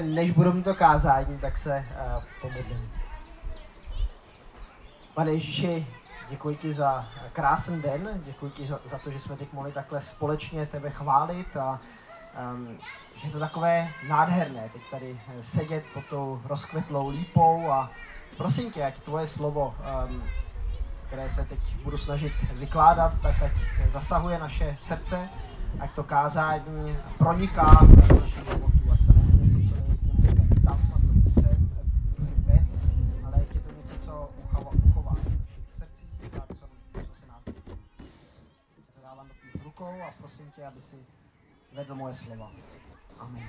Než budu mít to kázání, tak se pomodlím. Pane Ježíši, děkuji ti za krásný den, děkuji ti za to, že jsme teď mohli takhle společně tebe chválit a že je to takové nádherné teď tady sedět pod tou rozkvetlou lípou a prosím tě, ať tvoje slovo, které se teď budu snažit vykládat, tak ať zasahuje naše srdce, ať to kázání proniká do našich životů, ať to není něco, co je jedním tam a druhým sem, druhým ven, ale ať je to něco, co uchová v našich srdcích a co se nás děje. To dávám do tvých rukou a prosím tě, aby si vedl moje slova. Amen.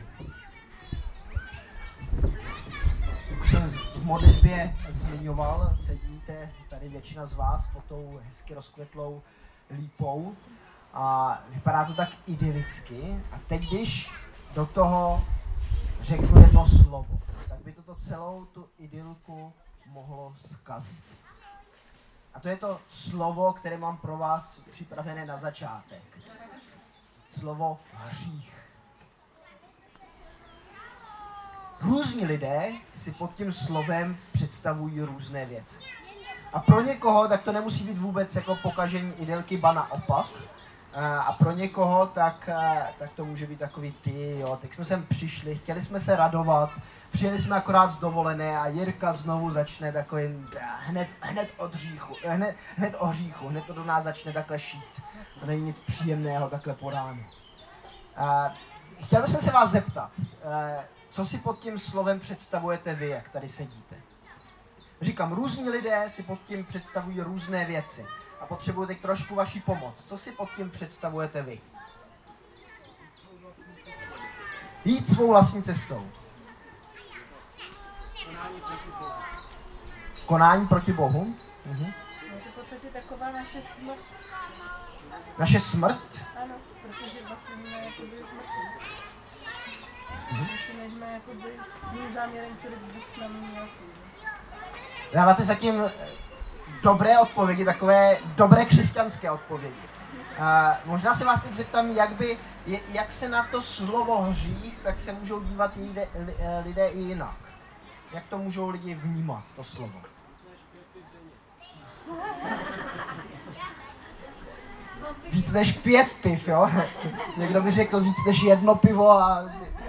Jak jsem v modlitbě zmiňoval, sedíte tady většina z vás pod tou hezky rozkvetlou lípou a vypadá to tak idylicky. A teď, když do toho řeknu jedno slovo, tak by toto celou tu idylku mohlo zkazit. A to je to slovo, které mám pro vás připravené na začátek. Slovo hřích. Různí lidé si pod tím slovem představují různé věci. A pro někoho tak to nemusí být vůbec jako pokažení idylky, ba naopak. A pro někoho tak to může být takový teď jsme sem přišli, chtěli jsme se radovat, přijeli jsme akorát z dovolené a Jirka znovu začne takovým hned o hříchu, hned to do nás začne takhle šít. To není nic příjemného takhle po ránu. Chtěl bych se vás zeptat, co si pod tím slovem představujete vy, jak tady sedíte? Říkám, různí lidé si pod tím představují různé věci a potřebuji teď trošku vaší pomoc. Co si pod tím představujete vy? Jít svou vlastní cestou. Konání proti Bohu. Je to v podstatě taková naše smrt. Naše smrt? Ano, protože vlastně jsme jakoby smrtní. Vlastně nejsme jakoby mým záměrem, který Bůh s námi měl. Dáváte zatím dobré odpovědi, takové dobré křesťanské odpovědi. Možná se vás teď zeptám, jak se na to slovo hřích, tak se můžou dívat lidé i jinak. Jak to můžou lidi vnímat, to slovo? Víc než 5 piv, jo? Někdo by řekl víc než 1 pivo a...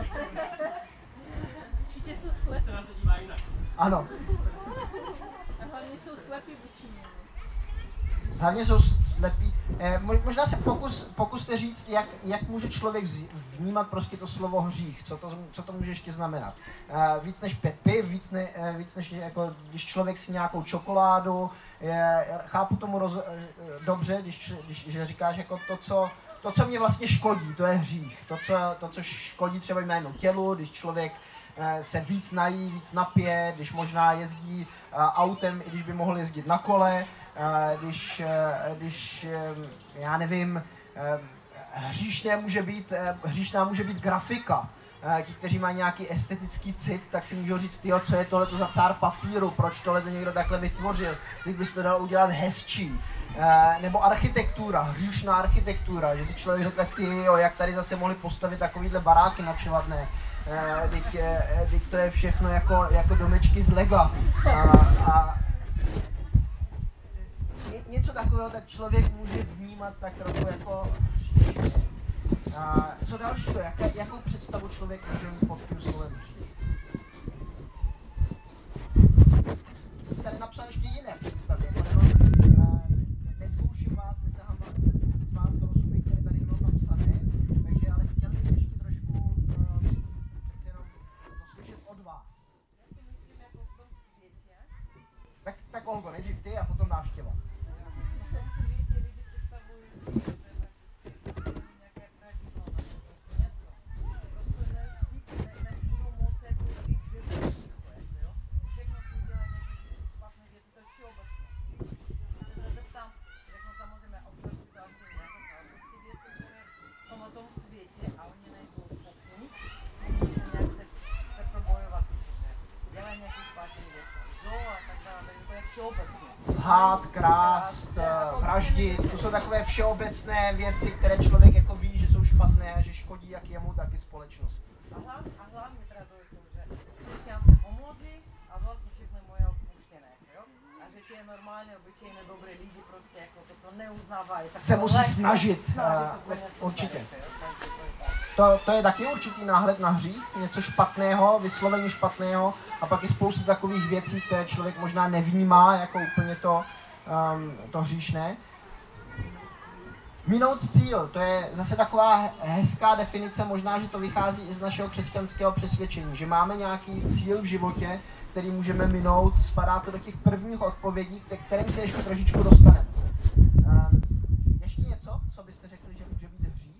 Určitě jsou slepí. Ano. A hlavně jsou slepí vůči němu. Hlavně jsou slepí. Možná se pokuste říct, jak může člověk vnímat prostě to slovo hřích, co to může ještě znamenat. Víc než 5 piv, víc než jako, když člověk si nějakou čokoládu, chápu tomu dobře, když říkáš jako to, co mě vlastně škodí, to je hřích. To, co škodí třeba jménu tělu, když člověk se víc nají, víc napije, když možná jezdí autem, i když by mohl jezdit na kole, když já nevím, hříšná může být grafika. Ti, kteří mají nějaký estetický cit, tak si můžou říct, co je tohleto za cár papíru, proč tohleto někdo takhle vytvořil, když bys to dal udělat hezčí. Nebo architektura, hříšná architektura, že si člověk řekne, jak tady zase mohli postavit takovýhle baráky načovadné. Teď to je všechno jako domečky z Lega. Něco takového tak člověk může vnímat tak trochu jako hřích. Co dalšího? Jakou představu člověk může mít pod tím slovem hřích? Jsi tady napsal ještě jiné představy. Neskouším vás, netahám z vás rozumí, které tady bylo napsané, takže ale chtěl bych ještě trošku přece jenom to slyšet od vás. Já si myslím, jako v tom světě. Tak Olgo, nejdřív ty a potom návštěva. V tom světě lidi představují, nějaké pravidlo, něco. Prostě nebudou moc jako žít bez hříchu, jo? Všechno, co udělají nějaké špatné věci, to je všeobecné. Když se zeptám, řeknu samozřejmě občas situaci nějaké prostě věci, které jsou na tom světě a oni nejsou schopni se nějak se probojovat. Dělají nějaké špatné věci, jo? A tak dále, takže to je všeobecné. Lhát, krást, vraždit, to jsou takové všeobecné věci, které člověk jako ví, že jsou špatné a že škodí jak jemu, tak i společnosti. A hlavně teda dojde, že tie normálne, obyčejné, dobré lidi prostě jako toto neuznávají. Se musí snažit, určitě. To je taky určitý náhled na hřích, něco špatného, vyslovení špatného a pak je spoustu takových věcí, které člověk možná nevnímá jako úplně to hříšné. Minout cíl, to je zase taková hezká definice, možná, že to vychází i z našeho křesťanského přesvědčení, že máme nějaký cíl v životě, který můžeme minout, spadá to do těch prvních odpovědí, ke kterým se ještě trošičku dostaneme. Ještě něco, co byste řekli, že může být hřích?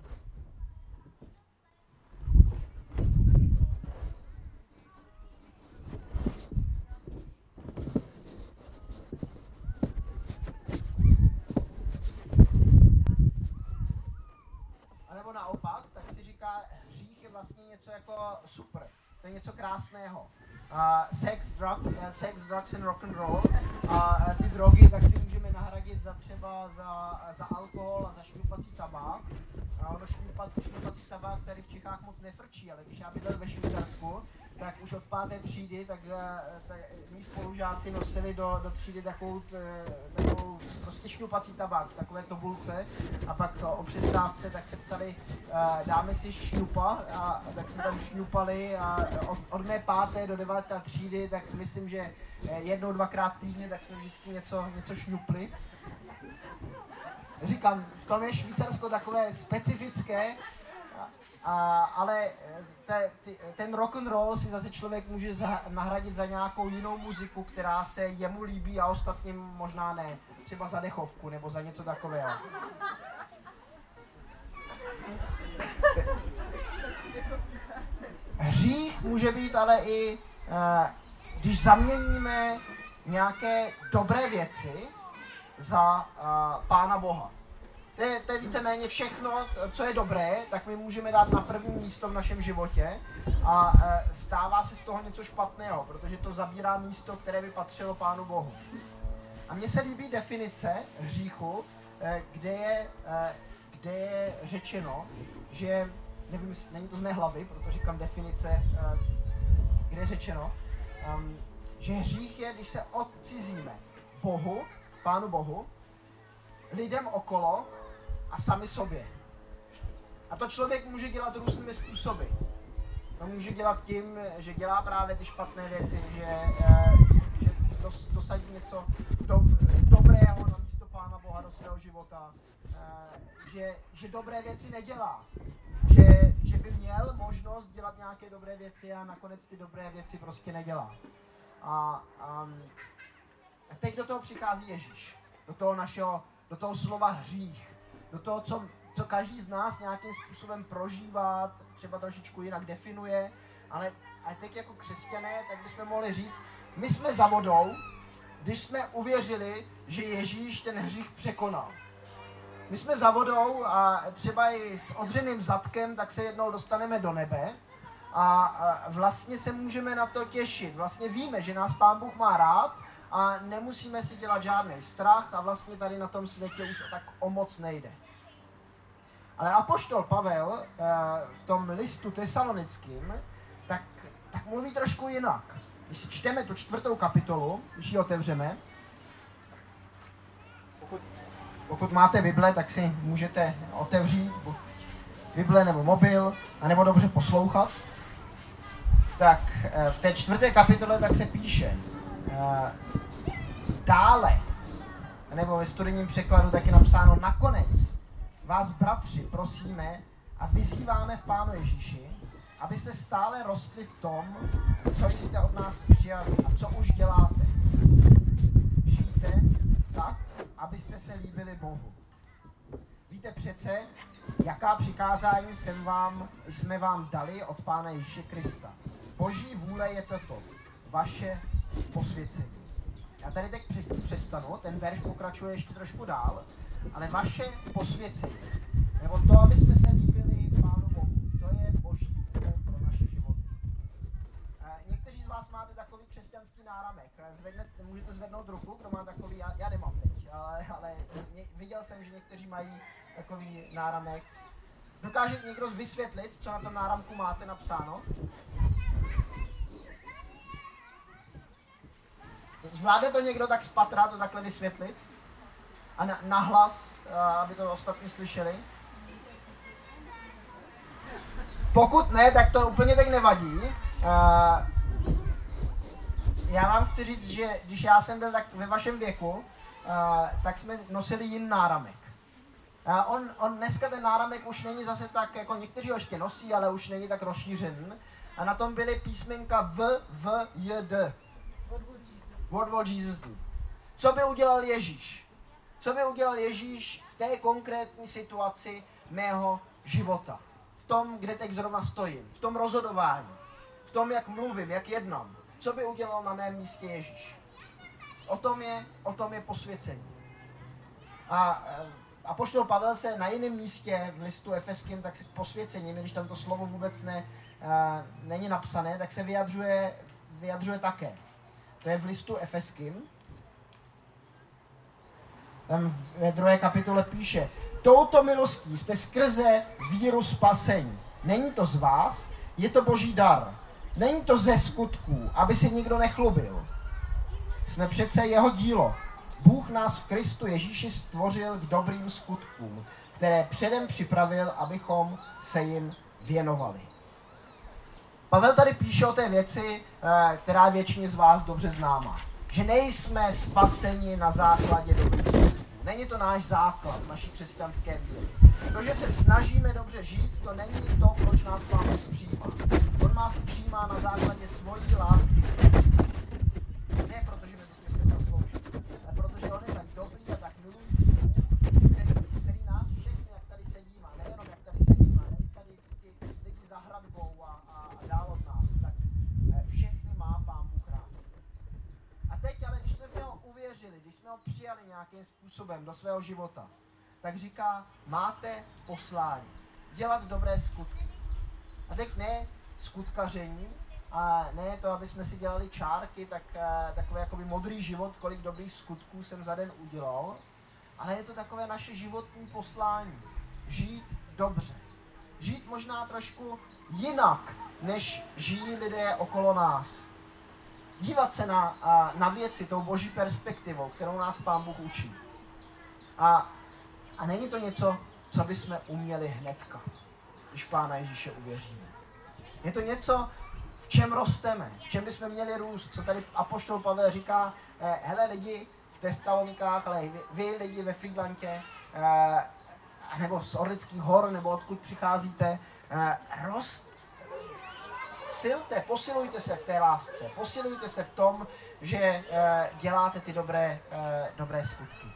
A nebo naopak, tak si říká, hřích je vlastně něco jako super, to je něco krásného. Sex, drugs and rock and roll. Ty drogy tak si můžeme nahradit třeba za alkohol a za šňupací tabák. Ono šňupací tabák tady v Čechách moc nefrčí, ale když já bydlel ve Švýcarsku, tak už od 5. třídy tak mý spolužáci nosili do třídy takovou prostě šňupací tabák v takové tobulce a pak o přestávce tak se ptali, dáme si šňupa a tak jsme tam šňupali a od mé 5. do 9. třídy, tak myslím, že 1-2krát týdně tak jsme vždycky něco šňupli. Říkám, v tom je Švýcarsko takové specifické, ale ten rock and roll si zase člověk může nahradit za nějakou jinou muziku, která se jemu líbí a ostatním možná ne. Třeba za dechovku nebo za něco takového. Hřích může být ale i, když zaměníme nějaké dobré věci za Pána Boha. To je víceméně všechno, co je dobré, tak my můžeme dát na první místo v našem životě a stává se z toho něco špatného, protože to zabírá místo, které by patřilo Pánu Bohu. A mně se líbí definice hříchu, kde je řečeno, že, nevím, není to z mé hlavy, proto říkám definice, kde je řečeno, že hřích je, když se odcizíme Bohu, Pánu Bohu, lidem okolo a sami sobě. A to člověk může dělat různými způsoby. To může dělat tím, že dělá právě ty špatné věci, že dosadí něco dobrého na místo Pána Boha do svého života, že dobré věci nedělá, že by měl možnost dělat nějaké dobré věci a nakonec ty dobré věci prostě nedělá. A teď do toho přichází Ježíš, do toho slova hřích, do toho, co každý z nás nějakým způsobem prožívá, třeba trošičku jinak definuje, ale teď jako křesťané, tak bychom mohli říct, my jsme za vodou, když jsme uvěřili, že Ježíš ten hřích překonal. My jsme za vodou a třeba i s odřeným zadkem, tak se jednou dostaneme do nebe a vlastně se můžeme na to těšit. Vlastně víme, že nás Pán Bůh má rád a nemusíme si dělat žádný strach a vlastně tady na tom světě už tak o moc nejde. Ale apoštol Pavel v tom listu tesalonickým tak mluví trošku jinak. Když si čteme tu 4. kapitolu, když ji otevřeme, pokud máte Bible, tak si můžete otevřít Bible nebo mobil, anebo dobře poslouchat. Tak v té 4. kapitole tak se píše dále, nebo ve studijním překladu tak je napsáno nakonec vás, bratři, prosíme a vyzýváme v Pánu Ježíši, abyste stále rostli v tom, co jste od nás přijali a co už děláte. Žijte tak, abyste se líbili Bohu. Víte přece, jaká přikázání jsme vám dali od Pána Ježíše Krista. Boží vůle je toto, vaše posvěcení. Já tady teď přestanu, ten verš pokračuje ještě trošku dál, ale vaše posvěcení, nebo to, aby jsme se líbili Pánu Bohu, to je Boží vůle pro naše životy. Někteří z vás máte takový křesťanský náramek. Můžete zvednout ruku, kdo má takový, já nemám teď, ale viděl jsem, že někteří mají takový náramek. Dokáže někdo vysvětlit, co na tom náramku máte napsáno? Zvládne to někdo tak spatra to takhle vysvětlit? A nahlas, aby to ostatní slyšeli? Pokud ne, tak to úplně tak nevadí. Já vám chci říct, že když já jsem byl tak ve vašem věku, tak jsme nosili jiný náramek. On dneska ten náramek už není zase tak, jako někteří ho ještě nosí, ale už není tak rozšířený. A na tom byly písmenka V, J, D. What will Jesus do? Co by udělal Ježíš? Co by udělal Ježíš v té konkrétní situaci mého života? V tom, kde teď zrovna stojím, v tom rozhodování, v tom, jak mluvím, jak jednám. Co by udělal na mém místě Ježíš? O tom je posvěcení. A apoštol Pavel se na jiném místě v listu Efeským, tak se k posvěcením, když tam to slovo vůbec není napsané, tak se vyjadřuje také. To je v listu Efeským. Tam ve 2. kapitole píše: touto milostí jste skrze víru spasení. Není to z vás, je to boží dar. Není to ze skutků, aby si nikdo nechlubil. Jsme přece jeho dílo. Bůh nás v Kristu Ježíši stvořil k dobrým skutkům, které předem připravil, abychom se jim věnovali. Pavel tady píše o té věci, která většině z vás dobře známá. Že nejsme spaseni na základě dobrých skutků. Není to náš základ naší křesťanské víry. To, že se snažíme dobře žít, to není to, proč nás Pán Bůh přijímá. On nás přijímá na základě svojí lásky. Ne proto, že my bychom si to zasloužili, ale protože on je tak dobrý a tak milující Bůh, který nás všechny, jak tady sedíme, a nejenom jak tady sedíme, ale i tady ty lidi za hradbou a dál od nás, tak všechny má Pán Bůh rád. A teď ale, když jsme v něho uvěřili, když jsme ho přijali nějakým způsobem do svého života, tak říká, máte poslání, dělat dobré skutky. A teď ne skutkaření, a ne to, aby jsme si dělali čárky, takové jakoby modrý život, kolik dobrých skutků jsem za den udělal, ale je to takové naše životní poslání. Žít dobře. Žít možná trošku jinak, než žijí lidé okolo nás. Dívat se na věci tou boží perspektivou, kterou nás Pán Bůh učí. A není to něco, co bychom uměli hnedka, když Pána Ježíše uvěříme. Je to něco, v čem rosteme, v čem bychom měli růst, co tady apoštol Pavel říká, hele lidi v Tesalonikách, ale vy lidi ve Frýdlantě, nebo z Orlických hor, nebo odkud přicházíte, silte, posilujte se v té lásce, posilujte se v tom, že děláte ty dobré skutky.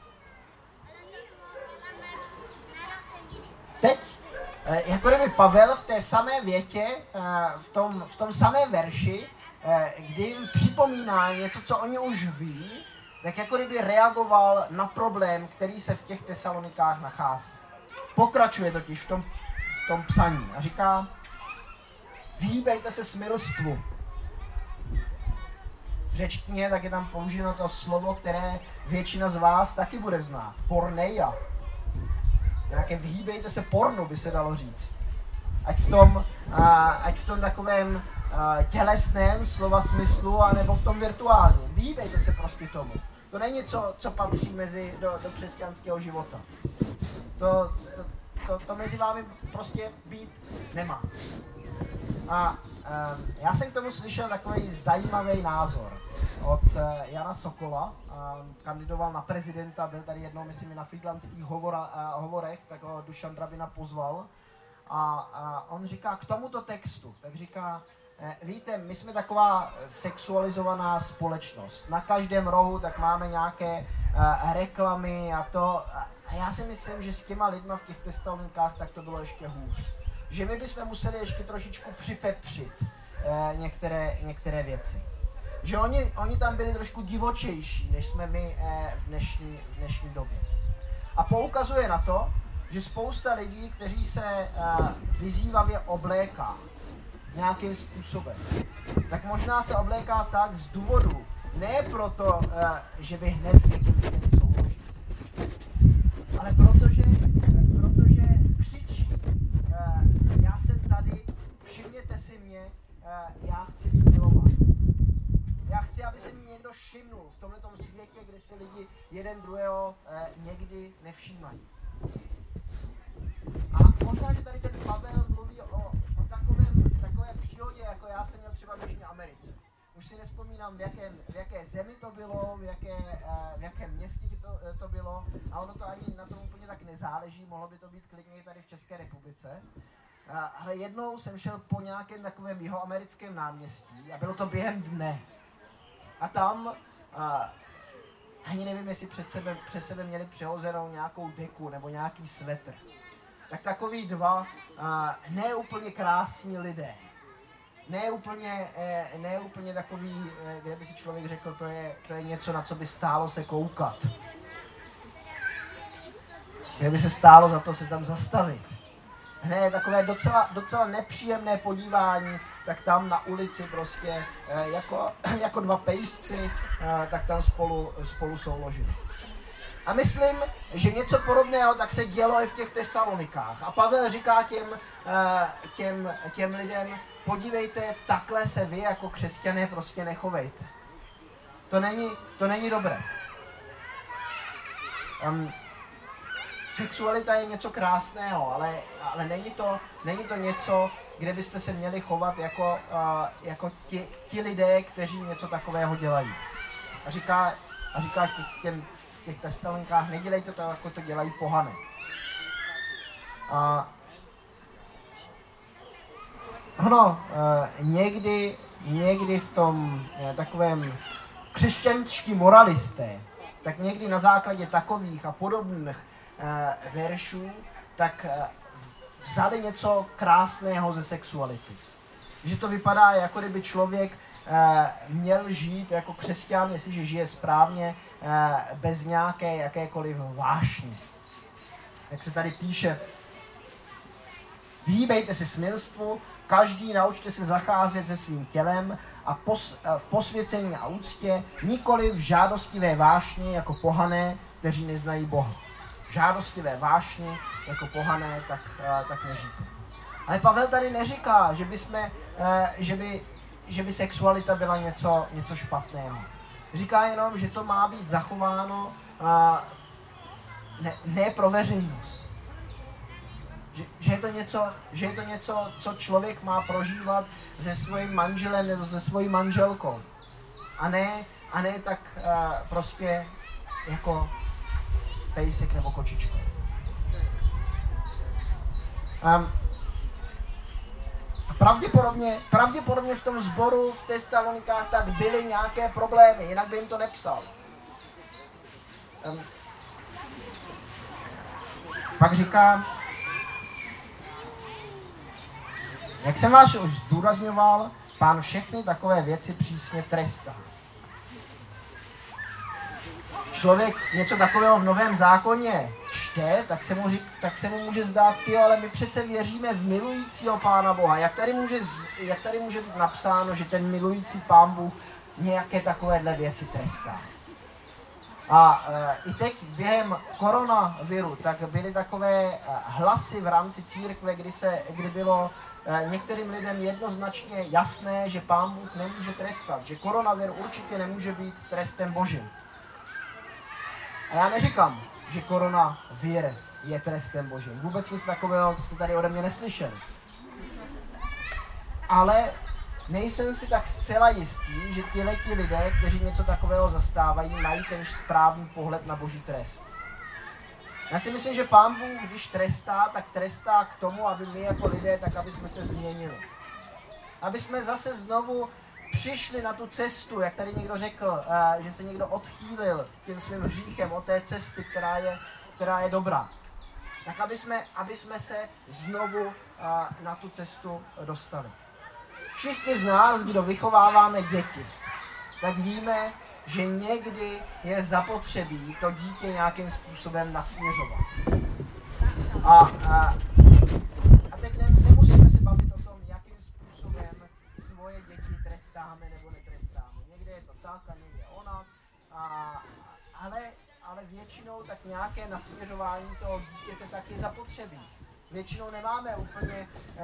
Teď, jako kdyby Pavel v té samé větě, v tom samém verši, kdy jim připomíná něco, co oni už ví, tak jako kdyby reagoval na problém, který se v těch Tesalonikách nachází. Pokračuje totiž v tom psaní a říká, vyhýbejte se smilstvu. V řečtině tak je tam použito to slovo, které většina z vás taky bude znát. Porneia. Nějaké vyhýbejte se pornu, by se dalo říct. Ať v tom takovém tělesném slova smyslu, anebo v tom virtuálním. Vyhýbejte se prostě tomu. To není něco, co patří do křesťanského života. To mezi vámi prostě být nemá. A já jsem k tomu slyšel takový zajímavý názor od Jana Sokola. Kandidoval na prezidenta, byl tady jednou, myslím, na frýdlantských hovorech, tak ho Dušan Drabina pozval. A on říká k tomuto textu, tak říká, víte, my jsme taková sexualizovaná společnost. Na každém rohu tak máme nějaké reklamy a to. A já si myslím, že s těma lidma v těch Tesalonikách tak to bylo ještě hůř. Že my bychom museli ještě trošičku připepřit některé věci. Že oni tam byli trošku divočejší, než jsme my v dnešní době. A poukazuje na to, že spousta lidí, kteří se vyzývavě obléká nějakým způsobem, tak možná se obléká tak z důvodu, ne proto, že by hned s někým chtěli souložit, ale protože křičí, já jsem tady, všimněte si mě, já chci být milován. Já chci, aby se mi někdo někdo všimnul v tomhletom světě, kde si lidi jeden druhého někdy nevšímají. A možná, že tady ten Pavel mluví o takové přírodě, jako já jsem měl třeba v Jižní Americe. Už si nespomínám, v jaké zemi to bylo, v jakém městě to bylo, a ono to ani na tom úplně tak nezáleží, mohlo by to být klidně i tady v České republice. Ale jednou jsem šel po nějakém takovém jihoamerickém náměstí a bylo to během dne. A tam, ani nevím, jestli přes sebe měli přehozenou nějakou deku nebo nějaký svetr. Tak takový dva neúplně krásní lidé. Neúplně takový, kde by si člověk řekl, to je něco, na co by stálo se koukat. Kde by se stálo za to se tam zastavit. Hned takové docela nepříjemné podívání, tak tam na ulici prostě jako dva pejsci, tak tam spolu souložili. A myslím, že něco podobného tak se dělo i v těch Tesalonikách. A Pavel říká těm lidem, podívejte, takhle se vy jako křesťané prostě nechovejte. To není dobré. Sexualita je něco krásného, ale není to něco, kde byste se měli chovat jako ti lidé, kteří něco takového dělají. A říká v těch Tesalonikách, nedělejte to, jako to dělají pohané. Někdy v tom takovém křesťanští moralisté, tak někdy na základě takových a podobných veršů, tak vzali něco krásného ze sexuality. Že to vypadá, jako kdyby člověk měl žít jako křesťan, jestliže žije správně, bez nějaké jakékoliv vášně. Jak se tady píše, vyhýbejte se smilstvu, každý naučte se zacházet se svým tělem a v posvěcení a úctě, nikoli v žádostivé vášni jako pohané, kteří neznají Boha. Žádostivé vášni jako pohané, tak nežijte. Ale Pavel tady neříká, že by sexualita byla něco špatného. Říká jenom, že to má být zachováno ne pro veřejnost. Že je to něco, co člověk má prožívat se svým manželem nebo se svojí manželkou. A ne tak prostě jako pejsek nebo kočička. Pravděpodobně v tom sboru v Tesalonikách tak byly nějaké problémy, jinak by jim to nepsal. Pak říká, jak jsem vás už zdůrazňoval, Pán všechny takové věci přísně trestá. Člověk něco takového v Novém zákoně čte, tak se mu může zdát, ale my přece věříme v milujícího Pána Boha. Jak tady může být napsáno, že ten milující Pán Bůh nějaké takovéhle věci trestá? A i teď během koronaviru tak byly takové hlasy v rámci církve, kdy bylo některým lidem jednoznačně jasné, že Pán Bůh nemůže trestat, že koronavir určitě nemůže být trestem Božím. A já neříkám, že koronavir je trestem Božím. Vůbec nic takového jste tady ode mě neslyšeli. Ale nejsem si tak zcela jistý, že ti lidé, kteří něco takového zastávají, mají ten správný pohled na Boží trest. Já si myslím, že Pán Bůh, když trestá, tak trestá k tomu, aby my jako lidé, tak aby jsme se změnili. Aby jsme zase znovu přišli na tu cestu, jak tady někdo řekl, že se někdo odchýlil tím svým hříchem od té cesty, která je dobrá. Tak aby jsme se znovu na tu cestu dostali. Všichni z nás, kdo vychováváme děti, tak víme, že někdy je zapotřebí to dítě nějakým způsobem nasměřovat. A teď nemusíme se bavit o tom, jakým způsobem svoje děti trestáme nebo netrestáme. Někde je to tak a někde onak, ale většinou tak nějaké nasměřování toho dítěte tak je zapotřebí. Většinou nemáme úplně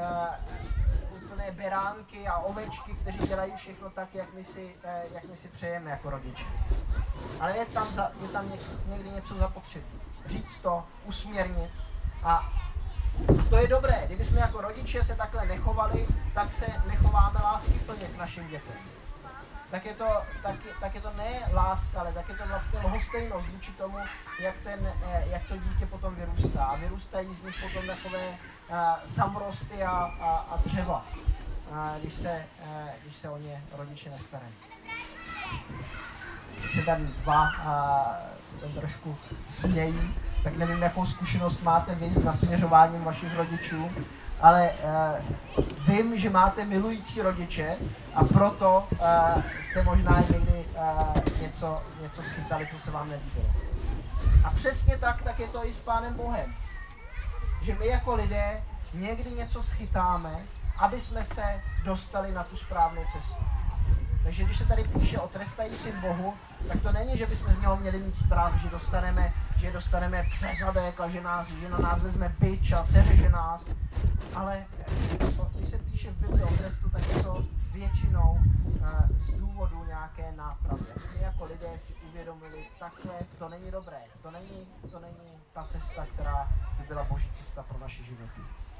beránky a ovečky, kteří dělají všechno tak, jak my si přejeme jako rodiče. Ale je tam někdy něco zapotřebí. Říct to, usměrnit. A to je dobré. Kdyby jsme jako rodiče se takhle nechovali, tak se nechováme láskyplně k našim dětem. Tak je to ne láska, ale tak je to vlastně lhostejnost vůči tomu, jak to dítě potom vyrůstá. A vyrůstají z nich potom takové samorosty a dřeva, když se o ně rodiče nestarají. Když se tam dva trošku smějí, tak nevím, jakou zkušenost máte vy s nasměřováním vašich rodičů, ale vím, že máte milující rodiče a proto jste možná někdy něco schytali, co se vám nelíbilo. A přesně tak je to i s Pánem Bohem. Že my jako lidé někdy něco schytáme, aby jsme se dostali na tu správnou cestu. Takže když se tady píše o trestajícím Bohu, tak to není, že bychom z něho měli mít strach, že dostaneme přeřadek a že na nás vezme bič a seřeže nás. Ale když se píše v Bibli o trestu, tak je to většinou z důvodu nějaké nápravy. My jako lidé si uvědomili, takhle to není dobré, to není ta cesta, která by byla Boží cesta pro naše životy.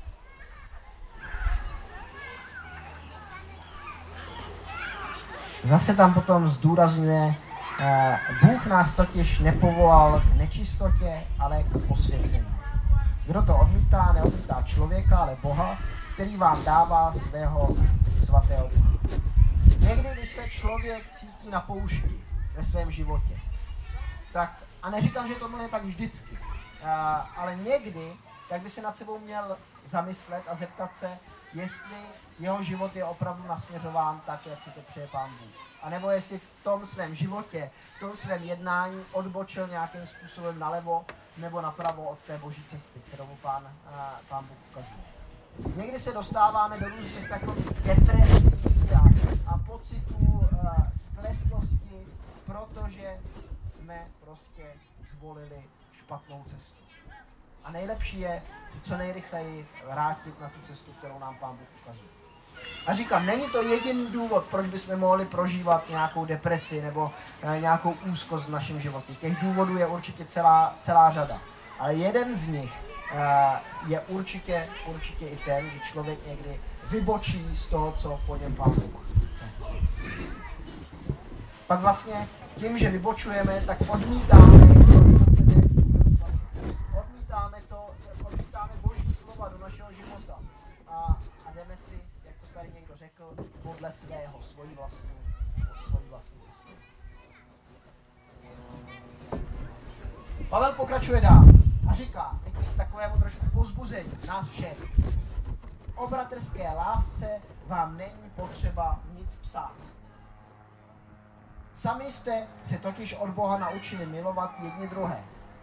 Zase tam potom zdůrazňuje, Bůh nás totiž nepovolal k nečistotě, ale k posvěcení. Kdo to odmítá, neodmítá člověka, ale Boha, který vám dává svého svatého ducha. Někdy, když se člověk cítí na poušti ve svém životě, tak, a neříkám, že to je tak vždycky, ale někdy, tak by se nad sebou měl zamyslet a zeptat se, jestli jeho život je opravdu nasměřován tak, jak si to přeje Pán Bůh. A nebo jestli v tom svém životě, v tom svém jednání odbočil nějakým způsobem nalevo nebo napravo od té Boží cesty, kterou Pán Bůh ukazuje. Někdy se dostáváme do různých takových depresí a pocitů skleslosti, protože jsme prostě zvolili špatnou cestu. A nejlepší je si co nejrychleji vrátit na tu cestu, kterou nám Pán Bůh ukazuje. A říkám, není to jediný důvod, proč bychom mohli prožívat nějakou depresi nebo nějakou úzkost v našem životě. Těch důvodů je určitě celá řada. Ale jeden z nich je určitě i ten, že člověk někdy vybočí z toho, co po něm Pán Bůh chce. Pak vlastně tím, že vybočujeme, tak odmítáme Boží slova do našeho života a jdeme si, jak to tady někdo řekl, podle svojí vlastní cestou. Pavel pokračuje dál a říká, k takovému trošku povzbuzení nás všech. O bratrské lásce vám není potřeba nic psát. Sami jste se totiž od Boha naučili milovat jedni druhé.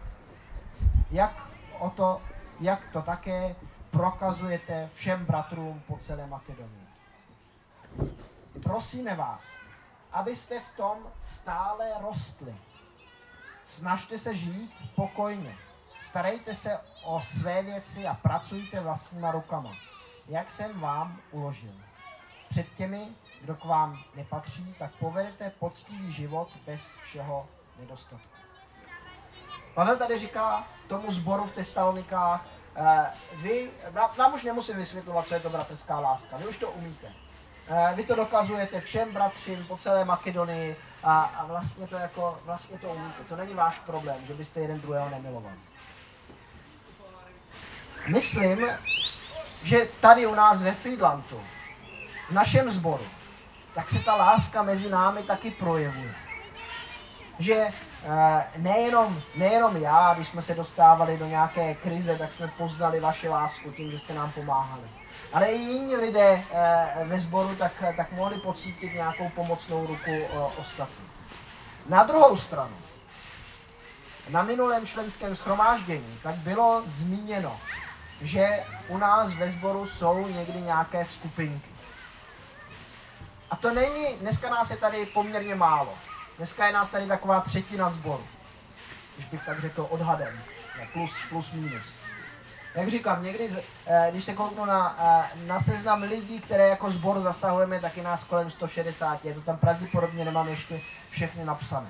Jak to také prokazujete všem bratrům po celé Makedonii. Prosíme vás, abyste v tom stále rostli. Snažte se žít pokojně. Starejte se o své věci a pracujte vlastníma rukama, jak jsem vám uložil. Před těmi, kdo k vám nepatří, tak povedete poctivý život bez všeho nedostatku. Pavel tady říká tomu sboru v Tesalonikách, vám už nemusím vysvětlovat, co je to bratrská láska, vy už to umíte. Vy to dokazujete všem bratřím po celé Makedonii a vlastně to umíte. To není váš problém, že byste jeden druhého nemilovali. Myslím, že tady u nás ve Frýdlantu, v našem sboru, tak se ta láska mezi námi taky projevuje. Že nejenom já, když jsme se dostávali do nějaké krize, tak jsme poznali vaši lásku tím, že jste nám pomáhali. Ale i jiní lidé ve sboru tak mohli pocítit nějakou pomocnou ruku ostatních. Na druhou stranu, na minulém členském shromáždění tak bylo zmíněno, že u nás ve sboru jsou někdy nějaké skupinky. A to není, dneska nás je tady poměrně málo. Dneska je nás tady taková třetina sboru, když bych tak řekl odhadem, plus minus. Jak říkám, někdy, když se kouknu na seznam lidí, které jako sbor zasahujeme, tak je nás kolem 160. Je to tam pravděpodobně, nemám ještě všechny napsané.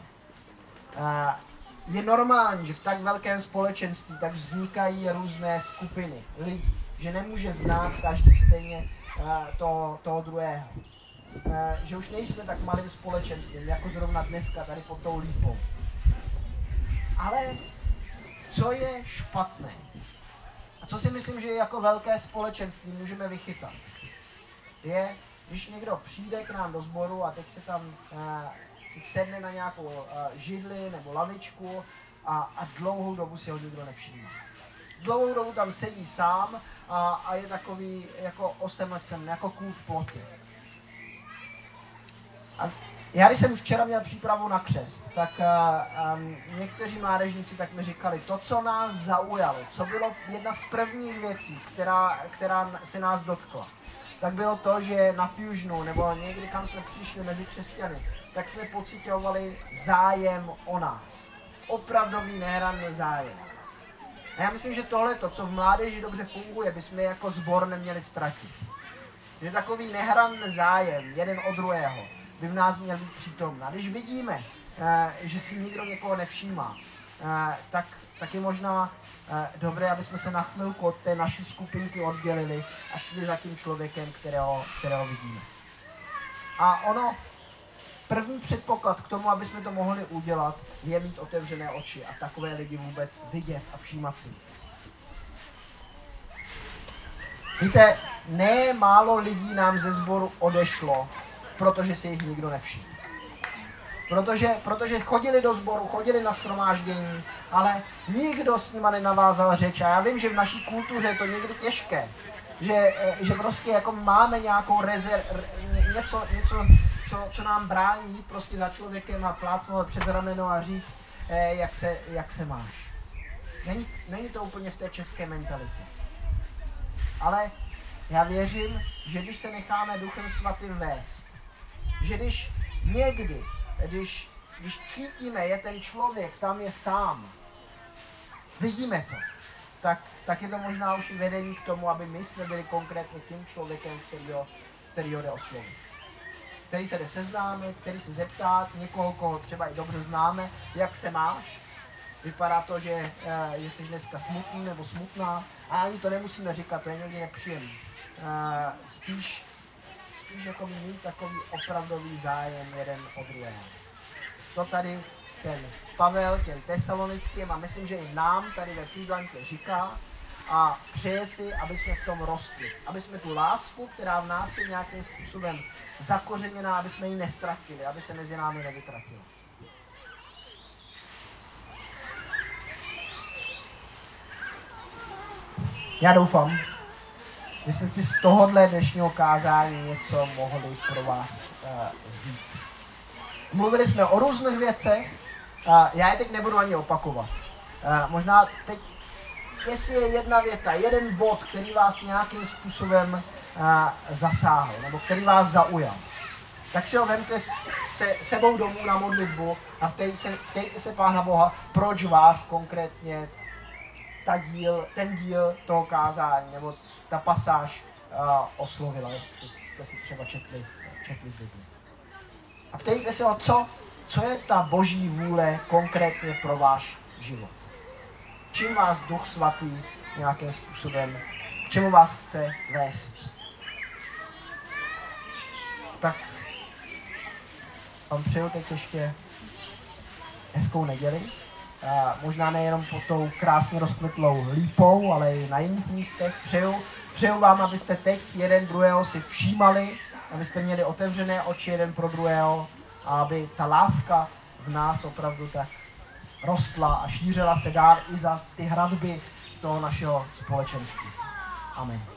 Je normální, že v tak velkém společenství tak vznikají různé skupiny lidí, že nemůže znát každý stejně toho druhého. Že už nejsme tak malým společenstvím, jako zrovna dneska tady pod tou lípou. Ale co je špatné? A co si myslím, že jako velké společenství můžeme vychytat, je, když někdo přijde k nám do sboru a teď se tam si sedne na nějakou židli nebo lavičku a dlouhou dobu si ho nikdo nevšimne. Dlouhou dobu tam sedí sám a je takový jako osamocen, jako kůl v plotě. A já když jsem včera měl přípravu na křest, tak někteří mládežníci tak mi říkali, to, co nás zaujalo, co bylo jedna z prvních věcí, která se nás dotkla, tak bylo to, že na Fusionu nebo někdy, kam jsme přišli mezi křesťany, tak jsme pociťovali zájem o nás. Opravdový nehraný zájem. A já myslím, že tohleto, co v mládeži dobře funguje, bychom jako sbor neměli ztratit. Že takový nehraný zájem jeden od druhého by v nás měl být přítomný. A když vidíme, že si nikdo někoho nevšímá, tak je možná dobré, aby jsme se na chvilku od té naší skupinky oddělili a šli za tím člověkem, kterého vidíme. A první předpoklad k tomu, aby jsme to mohli udělat, je mít otevřené oči a takové lidi vůbec vidět a všímat si. Víte, ne málo lidí nám ze sboru odešlo, protože si jich nikdo nevšiml. Protože chodili do sboru, chodili na shromáždění, ale nikdo s nima nenavázal řeč. A já vím, že v naší kultuře je to někdy těžké. Že prostě jako máme nějakou něco, co nám brání prostě za člověkem a plácnout přes rameno a říct, jak se máš. Není to úplně v té české mentalitě. Ale já věřím, že když se necháme Duchem Svatým vést, že když někdy, když cítíme, je ten člověk, tam je sám, vidíme to, tak je to možná už i vedení k tomu, aby my jsme byli konkrétně tím člověkem, který ho jde oslovit. Který se jde seznámit, který se zeptá někoho, koho třeba i dobře známe, jak se máš. Vypadá to, že jsi dneska smutný nebo smutná, a ani to nemusíme říkat, to je někdy nepříjemný. Spíš jako mít takový opravdový zájem jeden od druhého. To tady ten Pavel, ten Tesalonickým, a myslím, že i nám tady ve Frýdlantě říká a přeje si, aby jsme v tom rostli. Aby jsme tu lásku, která v nás je nějakým způsobem zakořeněná, aby jsme ji nestratili, aby se mezi námi nevytratila. Já doufám, že jste z tohohle dnešního kázání něco mohli pro vás vzít. Mluvili jsme o různých věcech, já je teď nebudu ani opakovat. Možná teď, jestli je jedna věta, jeden bod, který vás nějakým způsobem zasáhl, nebo který vás zaujal, tak si ho vemte sebou domů na modlitbu a ptejte se Pána Boha, proč vás konkrétně ten díl toho kázání, nebo ta pasáž oslovila, jestli jste si třeba četli v Bibli. A ptejte se ho, co je ta Boží vůle konkrétně pro váš život. Čím vás Duch Svatý nějakým způsobem, k čemu vás chce vést. Tak vám přeju teď ještě hezkou neděli. Možná nejenom pod tou krásně rozkvetlou lípou, ale i na jiných místech. Přeju vám, abyste teď jeden druhého si všímali, abyste měli otevřené oči jeden pro druhého a aby ta láska v nás opravdu tak rostla a šířila se dál i za ty hradby toho našeho společenství. Amen.